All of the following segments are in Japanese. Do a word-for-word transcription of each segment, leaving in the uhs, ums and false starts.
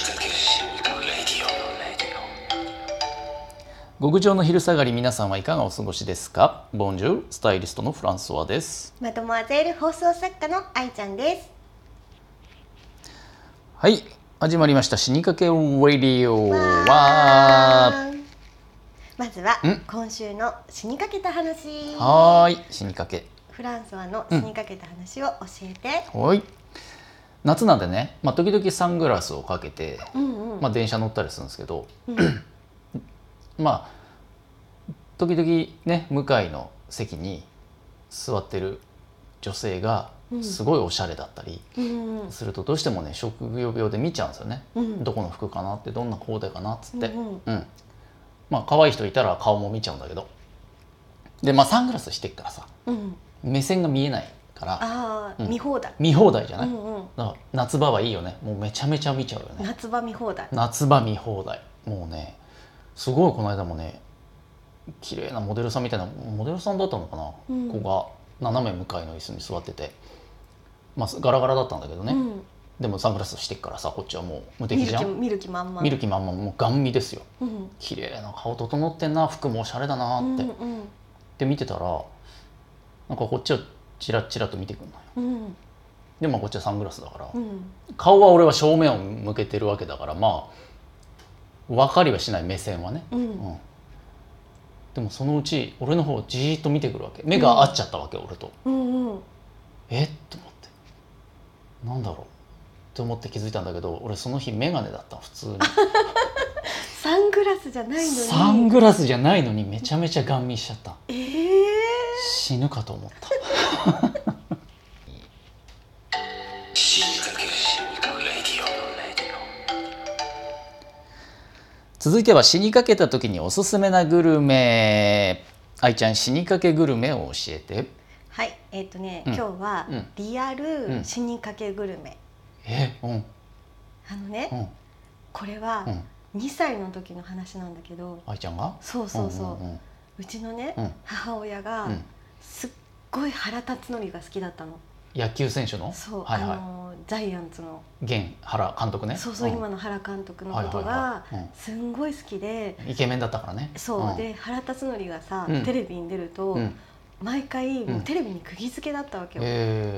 極上の昼下がり、皆さんはいかがお過ごしですか。ボンジュール、スタイリストのフランソワです。 マドモアゼール放送作家の愛ちゃんです。 はい、始まりました死にかけラディオは、 まずは今週の死にかけた話。 はーい、死にかけフランソワの死にかけた話を教えて、 うん、はい。夏なんでね、まあ、時々サングラスをかけて、うんうん、まあ、電車乗ったりするんですけど、うんまあ時々ね、向かいの席に座ってる女性がすごいおしゃれだったりすると、どうしてもね職業病で見ちゃうんですよね、うん、どこの服かなって、どんなコーデかなっつって、うんうんうん、まあ可愛い人いたら顔も見ちゃうんだけど、でまあサングラスしてっからさ、うん、目線が見えないから、 あ、うん、見放題見放題じゃない、 うんうん、 だから夏場はいいよね。もうめちゃめちゃ見ちゃうよね。 夏場見放題夏場見放題。もうねすごい、この間もね綺麗なモデルさんみたいなモデルさんだったのかな、うん、子が斜め向かいの椅子に座ってて、まあガラガラだったんだけどね、うん、でもサングラスしてっからさ、こっちはもう無敵じゃん。 見る気満々 見る気満々、もうガン見ですよ、うん、綺麗な顔整ってんな、服もおしゃれだなって、うんうん、で見てたらなんかこっちをチラチラと見てくるのよ、うん、でもこっちはサングラスだから、うん、顔は俺は正面を向けてるわけだから、まあ分かりはしない、目線はね、うんうん、でもそのうち俺の方をじーっと見てくるわけ。目が合っちゃったわけ、うん、俺と、うんうん、えっと思って、なんだろうって思って気づいたんだけど、俺その日メガネだった、普通にサングラスじゃないのにサングラスじゃないのにめちゃめちゃガン見しちゃった、 えー、 死ぬかと思った続いては死にかけた時におすすめなグルメ。愛ちゃん、死にかけグルメを教えて。 はい、えっ、ー、とね、うん、今日はリアル死にかけグルメ、 うん、え、うん、 あのね、うん、これはにさいの時の話なんだけど、 愛ちゃんがそうそうそう、うんうんうん、うちのね、うん、母親がすっごい腹立つのりが好きだったの。 野球選手の、 そう、はいはい、あのジャイアンツの現原監督ね。 そうそう、うん、今の原監督のことがすんごい好きで、 イケメンだったからね。 そう、うん、で原辰徳がさ、うん、テレビに出ると、うん、毎回もうテレビに釘付けだったわけよ、うん、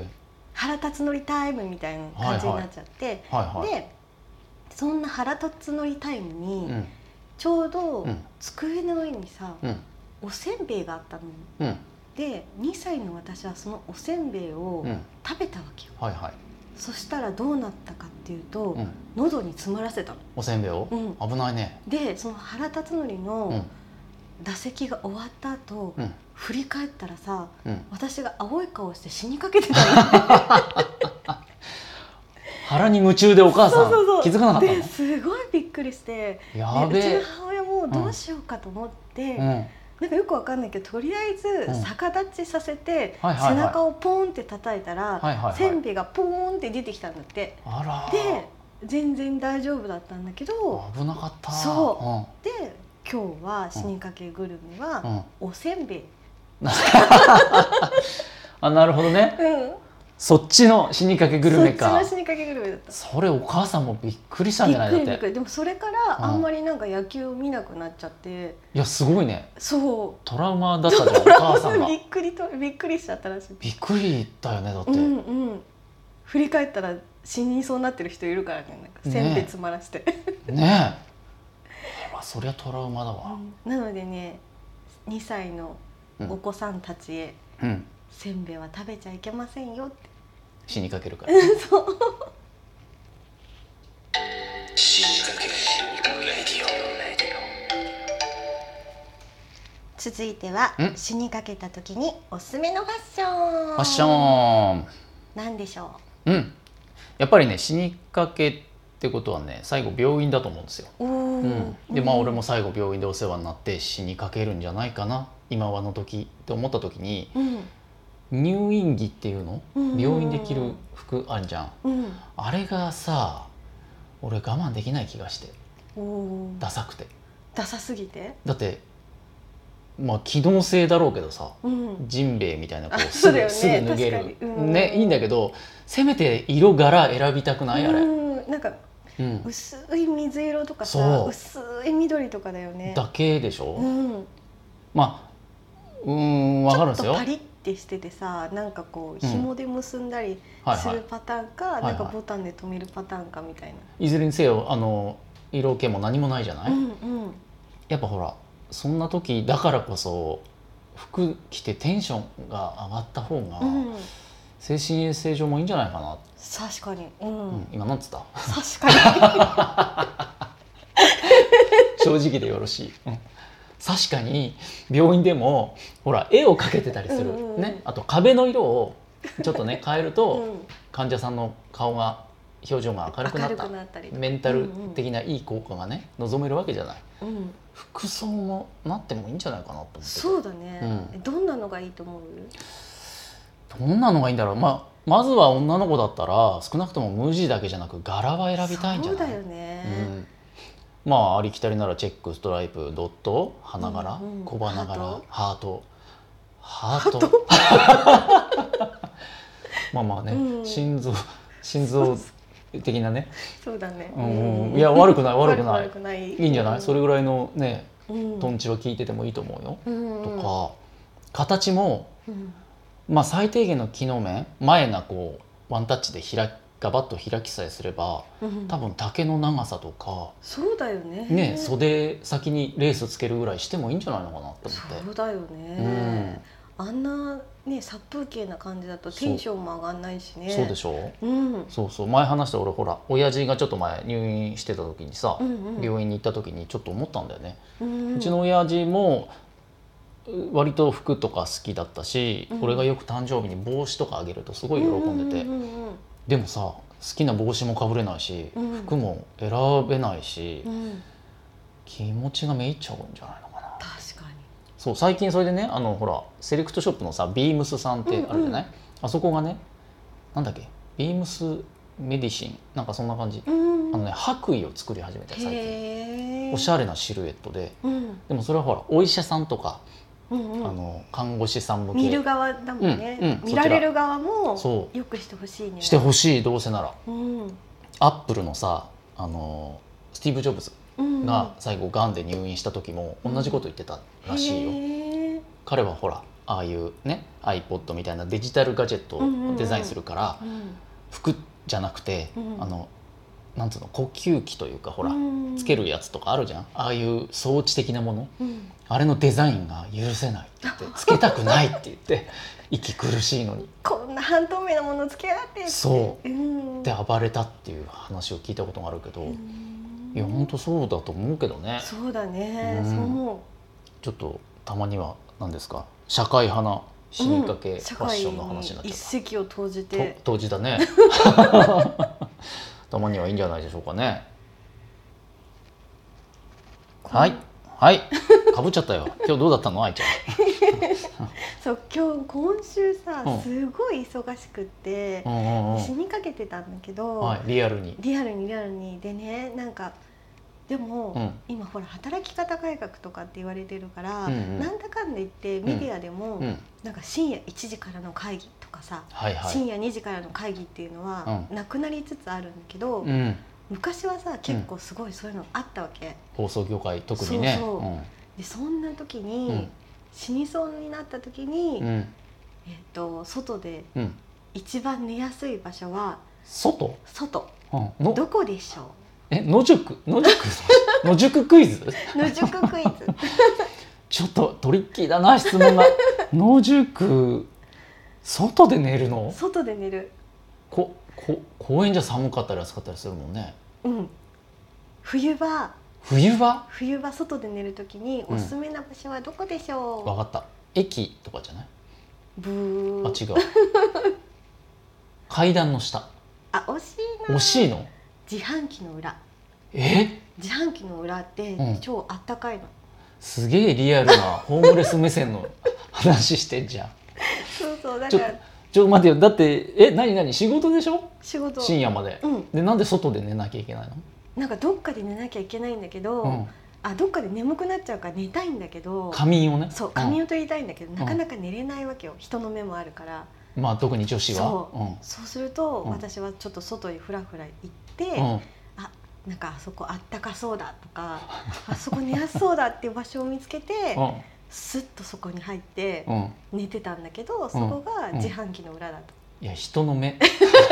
原辰徳タイムみたいな感じになっちゃって、はいはいはいはい、でそんな原辰徳タイムに、うん、ちょうど机の上にさ、うん、おせんべいがあったの、うん、でにさいの私はそのおせんべいを食べたわけよ、うん、はいはい、そしたらどうなったかっていうと、うん、喉に詰まらせたの、 おせんべいを、うん、危ないね。 でその原辰徳の打席が終わった後、うん、振り返ったらさ、うん、私が青い顔して死にかけてたの腹に夢中でお母さん、そうそうそう、気づかなかったの。 ですごいびっくりして、 やべえ、 うちの母親もどうしようかと思って、うんうん、なんかよくわかんないけど、とりあえず逆立ちさせて、うん、背中をポンって叩いたら、はいはいはい、せんべいがポーンって出てきたんだって。あら、で全然大丈夫だったんだけど、 危なかった。 そう、うん、で今日は死にかけグルメは、うん、おせんべいあ、なるほどね、うん、そっちの死にかけグルメか。 そっちの死にかけグルメだった。 それお母さんもびっくりしたんじゃない？ びっくりびっくり。でもそれからあんまりなんか野球を見なくなっちゃって、うん、いやすごいね。 そう、 トラウマだったじゃん、お母さんが。 びっくりとびっくりしちゃったらしい。 びっくりだよね、だって、 うんうん、振り返ったら死にそうになってる人いるからね、なんかせんべい詰まらして、ね, ねえそりゃトラウマだわ、 うん、なのでね、にさいのお子さんたちへ、うん、せんべいは食べちゃいけませんよって死にかけるからそう死にかけラディオ。続いては死にかけた時におすすめのファッション。 ファッションなんでしょう。うん、やっぱりね、死にかけってことはね、最後病院だと思うんですよ。うん、でまあ俺も最後病院でお世話になって死にかけるんじゃないかな、今はの時って思った時に、うん、入院着っていうの、うん、病院で着る服あるじゃん、うん、あれがさ、俺我慢できない気がして、ダサくて。 ダサすぎて。 だってまあ機能性だろうけどさ、うん、ジンベエみたいなこうすぐ、ね、すぐ脱げる、うん、ね、いいんだけど、せめて色柄選びたくない？あれ、 うん、なんかうん、薄い水色とかさ薄い緑とかだよねだけでしょ、うん、まあうーん分かるんですよ。 ちょっとパリってしててさなんかこう紐で結んだりするパターンか、うんはいはい、なんかボタンで留めるパターンかみたいな、 いずれにせよあの色気も何もないじゃない、うんうん、やっぱほらそんな時だからこそ服着てテンションが上がった方が、うん、精神衛生上もいいんじゃないかな。 確かに、うんうん、 今なんつった？ 確かに正直でよろしい、うん、確かに病院でもほら絵を描けてたりする、うんうん、ね、あと壁の色をちょっとね変えると、うん、患者さんの顔が表情が明るくなった、なったりメンタル的ないい効果がね望めるわけじゃない、うん、服装もなってもいいんじゃないかなと思って。 そうだね、うん、どんなのがいいと思う？ どんなのがいいんだろう、まあ、まずは女の子だったら少なくとも無地だけじゃなく柄は選びたいんじゃない？ そうだよね、 うん、まあありきたりならチェックストライプドット花柄、うんうん、小花柄ハートハートまあまあね、うん、心臓心臓的なねそうだね、 うん、いや悪くない悪くない悪くないいいんじゃない、うん、それぐらいのね、うん、トンチは効いててもいいと思うよ、うん、とか形も、うんまあ、最低限の機能面前がこうワンタッチで開ガバッと開きさえすれば、うん、多分丈の長さとかそうだよねね袖先にレースつけるぐらいしてもいいんじゃないのかなと思って。 そうだよね、うん、あんなね殺風景な感じだとテンションも上がんないしね。 そうでしょう、うん、そうそう前話した俺ほら親父がちょっと前入院してた時にさ、うんうん、病院に行った時にちょっと思ったんだよね、うんうん、うちの親父も割と服とか好きだったし、うん、俺がよく誕生日に帽子とかあげるとすごい喜んでて、でもさ好きな帽子もかぶれないし、うん、服も選べないし、うん、気持ちがめいっちゃうんじゃないのかな。 確かにそう最近それでねあのほらセレクトショップのさビームスさんってあるじゃない、うんうん、あそこがねなんだっけビームスメディシンなんかそんな感じ、うん、あのね白衣を作り始めて最近おしゃれなシルエットで、うん、でもそれはほらお医者さんとかうんうん、あの看護師さん向け見る側だもんね、うんうん、見られる側もよくしてほしいね。 してほしいどうせなら、うん、アップルのさあのスティーブ・ジョブズが最後がんで入院した時も同じこと言ってたらしいよ、うん、彼はほらああいうね iPod みたいなデジタルガジェットをデザインするから、うんうんうん、服じゃなくて、うん、あのなんつうの呼吸器というかほら、うん、つけるやつとかあるじゃんああいう装置的なもの、うん、あれのデザインが許せないって言ってつけたくないって言って息苦しいのにこんな半透明なものつけやがってってそう、うん、で暴れたっていう話を聞いたことがあるけど、うん、いや本当そうだと思うけどね。 そうだね、うん、そう思う。 ちょっとたまには何ですか社会派な死にかけファッションの話になっちゃった、うん、 一石を投じて投じたねたまにはいいんじゃないでしょうかね。はいはいかぶっちゃったよ。今日どうだったの愛ちゃんそう今日今週さ、うん、すごい忙しくって、うんうんうん、死にかけてたんだけど、 はい、リアルにリアルにリアルにでねなんかでも、うん、今ほら働き方改革とかって言われてるから、うんうん、なんだかんだ言ってメディアでも、うん、なんか深夜いちじからの会議とかさ、はいはい、深夜にじからの会議っていうのは、うん、なくなりつつあるんだけど、うん、昔はさ結構すごいそういうのあったわけ、うん、 放送業界特にね。 そうそう、うん、でそんな時に、うん、死にそうになった時に、うん、えー、と外で一番寝やすい場所は外外、うん、どこでしょう。 え野宿野宿野宿クイズ野宿クイズちょっとトリッキーだな質問が野宿外で寝るの。 外で寝るここ公園じゃ寒かったり暑かったりするもんね。 うん冬場冬場冬場外で寝るときにおすすめな場所はどこでしょう。 分、うん、かった。駅とかじゃない。 ブー。 あ違う階段の下。 あ惜しいな。 惜しいの。 自販機の裏。 え自販機の裏って超あったかいの、うん、 すげえリアルなホームレス目線の話してんじゃんそうそうだからちょ待ってよだってえ何何仕事でしょ。 仕事深夜まで、うん、でなんで外で寝なきゃいけないの。 なんかどっかで寝なきゃいけないんだけど、うん、あどっかで眠くなっちゃうから寝たいんだけど仮眠をねそう仮眠を取りたいんだけど、うん、なかなか寝れないわけよ人の目もあるから。 まあ特に女子はそう、うん、そうすると、うん、私はちょっと外へフラフラ行って、うん、あなんかあそこあったかそうだとかあそこ寝やすそうだっていう場所を見つけて、うん、スッとそこに入って寝てたんだけど、うん、そこが自販機の裏だと、 うん、いや人の目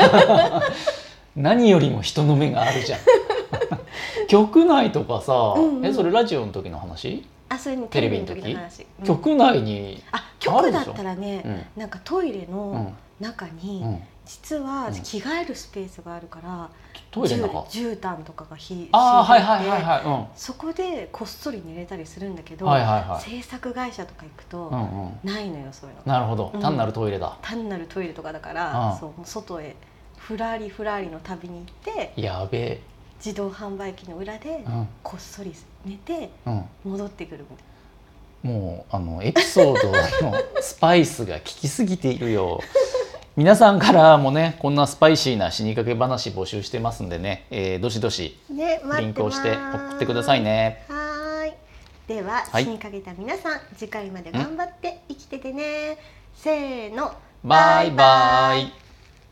何よりも人の目があるじゃん局内とかさ、うんうん、えそれラジオの時の話？ あ、それにテレビの時の話、 うん、局内にあ局だったらね、うん、なんかトイレの中に、うん、実は着替えるスペースがあるから、 トイレの中絨毯とかがひあはいはいはいはい、うん、 そこでこっそり寝れたりするんだけど、 はいはいはい、 制作会社とか行くと、 うんうん、 ないのよそういうの。 なるほど、単なるトイレだ、うん、 単なるトイレとかだから、うん、そう外へふらりふらりの旅に行ってやべえ自動販売機の裏でこっそり寝て戻ってくるみたいな、うん、もうあのエピソードのスパイスが効きすぎているよ皆さんからもねこんなスパイシーな死にかけ話募集してますんでね、えー、どしどしリンクをして送ってくださいね。 はい、では、はい、死にかけた皆さん次回まで頑張って生きててね。せーの、 バイバイ。